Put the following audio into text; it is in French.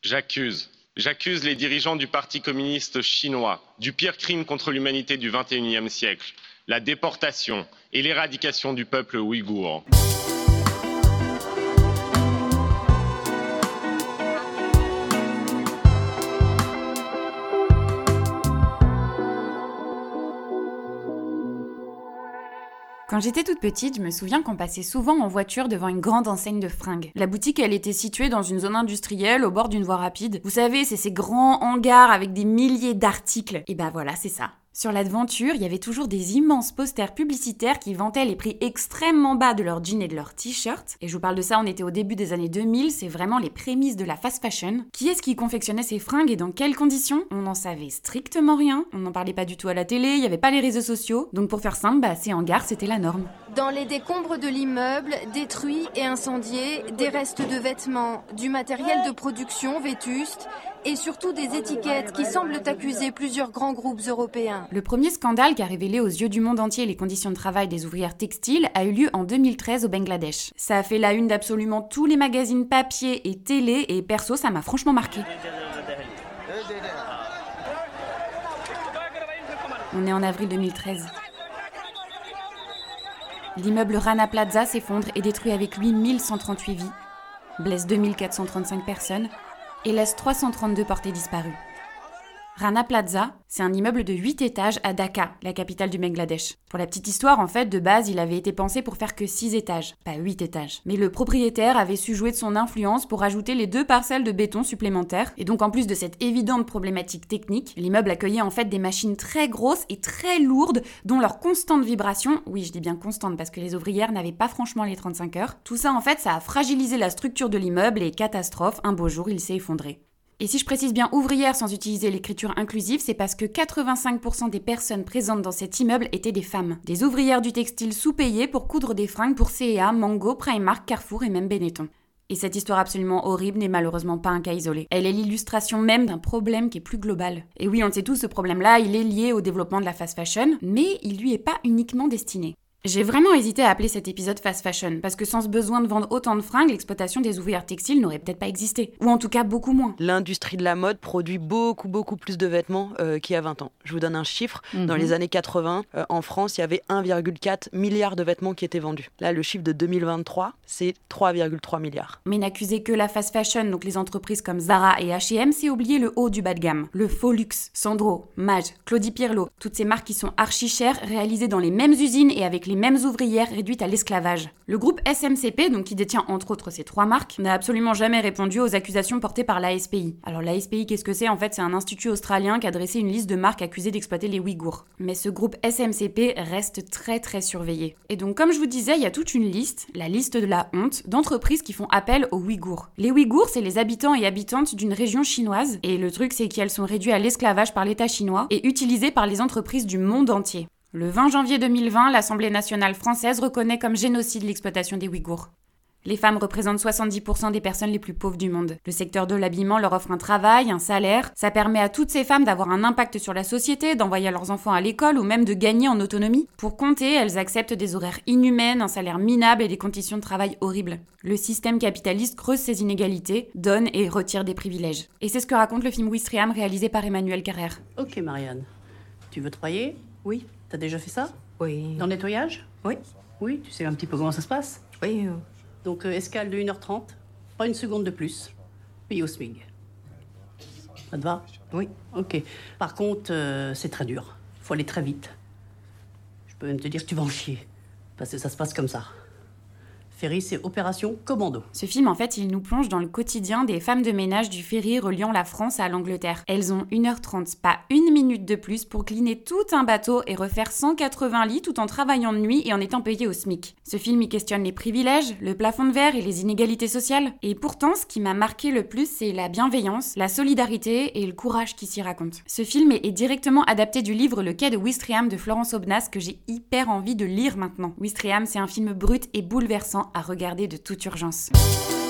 J'accuse les dirigeants du Parti communiste chinois du pire crime contre l'humanité du XXIe siècle, la déportation et l'éradication du peuple ouïghour. Quand j'étais toute petite, je me souviens qu'on passait souvent en voiture devant une grande enseigne de fringues. La boutique, elle était située dans une zone industrielle au bord d'une voie rapide. Vous savez, c'est ces grands hangars avec des milliers d'articles. Et bah voilà, c'est ça. Sur la devanture, il y avait toujours des immenses posters publicitaires qui vantaient les prix extrêmement bas de leurs jeans et de leurs t-shirts. Et je vous parle de ça, on était au début des années 2000, c'est vraiment les prémices de la fast fashion. Qui est-ce qui confectionnait ces fringues et dans quelles conditions ? On n'en savait strictement rien, on n'en parlait pas du tout à la télé, il n'y avait pas les réseaux sociaux. Donc pour faire simple, ces hangars, c'était la norme. Dans les décombres de l'immeuble, détruits et incendiés, des restes de vêtements, du matériel de production vétuste et surtout des étiquettes qui semblent accuser plusieurs grands groupes européens. Le premier scandale qui a révélé aux yeux du monde entier les conditions de travail des ouvrières textiles a eu lieu en 2013 au Bangladesh. Ça a fait la une d'absolument tous les magazines papier et télé et perso, ça m'a franchement marqué. On est en avril 2013. L'immeuble Rana Plaza s'effondre et détruit avec lui 1138 vies, blesse 2435 personnes et laisse 332 portées disparues. Rana Plaza, c'est un immeuble de 8 étages à Dhaka, la capitale du Bangladesh. Pour la petite histoire, en fait, de base, il avait été pensé pour faire que 6 étages, pas 8 étages. Mais le propriétaire avait su jouer de son influence pour ajouter les 2 parcelles de béton supplémentaires. Et donc, en plus de cette évidente problématique technique, l'immeuble accueillait en fait des machines très grosses et très lourdes, dont leur constante vibration, oui, je dis bien constante parce que les ouvrières n'avaient pas franchement les 35 heures. Tout ça, en fait, ça a fragilisé la structure de l'immeuble et catastrophe, un beau jour, il s'est effondré. Et si je précise bien ouvrière sans utiliser l'écriture inclusive, c'est parce que 85% des personnes présentes dans cet immeuble étaient des femmes. Des ouvrières du textile sous-payées pour coudre des fringues pour C&A, Mango, Primark, Carrefour et même Benetton. Et cette histoire absolument horrible n'est malheureusement pas un cas isolé. Elle est l'illustration même d'un problème qui est plus global. Et oui, on le sait tous, ce problème-là, il est lié au développement de la fast fashion, mais il lui est pas uniquement destiné. J'ai vraiment hésité à appeler cet épisode fast fashion, parce que sans ce besoin de vendre autant de fringues, l'exploitation des ouvrières textiles n'aurait peut-être pas existé. Ou en tout cas beaucoup moins. L'industrie de la mode produit beaucoup plus de vêtements qu'il y a 20 ans. Je vous donne un chiffre. Dans les années 80, en France, il y avait 1,4 milliard de vêtements qui étaient vendus. Là, le chiffre de 2023, c'est 3,3 milliards. Mais n'accuser que la fast fashion, donc les entreprises comme Zara et H&M, c'est oublier le haut du bas de gamme. Le faux luxe, Sandro, Maje, Claudie Pierlot, toutes ces marques qui sont archi chères, réalisées dans les mêmes usines et avec les mêmes ouvrières réduites à l'esclavage. Le groupe SMCP, donc qui détient entre autres ces 3 marques, n'a absolument jamais répondu aux accusations portées par l'ASPI. Alors l'ASPI, qu'est-ce que c'est ? En fait, c'est un institut australien qui a dressé une liste de marques accusées d'exploiter les Ouïghours. Mais ce groupe SMCP reste très surveillé. Et donc comme je vous disais, il y a toute une liste, la liste de la honte, d'entreprises qui font appel aux Ouïghours. Les Ouïghours, c'est les habitants et habitantes d'une région chinoise, et le truc c'est qu'elles sont réduites à l'esclavage par l'État chinois et utilisées par les entreprises du monde entier. Le 20 janvier 2020, l'Assemblée nationale française reconnaît comme génocide l'exploitation des Ouïghours. Les femmes représentent 70% des personnes les plus pauvres du monde. Le secteur de l'habillement leur offre un travail, un salaire. Ça permet à toutes ces femmes d'avoir un impact sur la société, d'envoyer leurs enfants à l'école ou même de gagner en autonomie. Pour compter, elles acceptent des horaires inhumaines, un salaire minable et des conditions de travail horribles. Le système capitaliste creuse ces inégalités, donne et retire des privilèges. Et c'est ce que raconte le film Ouistreham réalisé par Emmanuel Carrère. Ok Marianne, tu veux travailler ? Oui. T'as déjà fait ça ? Oui. Dans le nettoyage ? Oui. Oui, tu sais un petit peu comment ça se passe ? Oui. Donc escale de 1h30, pas une seconde de plus, payé au SMIC. Ça te va ? Oui. Ok. Par contre, c'est très dur. Faut aller très vite. Je peux même te dire que tu vas en chier, parce que ça se passe comme ça. Ferry, c'est opération commando. Ce film, en fait, il nous plonge dans le quotidien des femmes de ménage du ferry reliant la France à l'Angleterre. Elles ont 1h30, pas une minute de plus, pour cleaner tout un bateau et refaire 180 lits tout en travaillant de nuit et en étant payées au SMIC. Ce film, il questionne les privilèges, le plafond de verre et les inégalités sociales. Et pourtant, ce qui m'a marqué le plus, c'est la bienveillance, la solidarité et le courage qui s'y raconte. Ce film est directement adapté du livre Le Quai de Ouistreham de Florence Aubenas que j'ai hyper envie de lire maintenant. Ouistreham, c'est un film brut et bouleversant à regarder de toute urgence.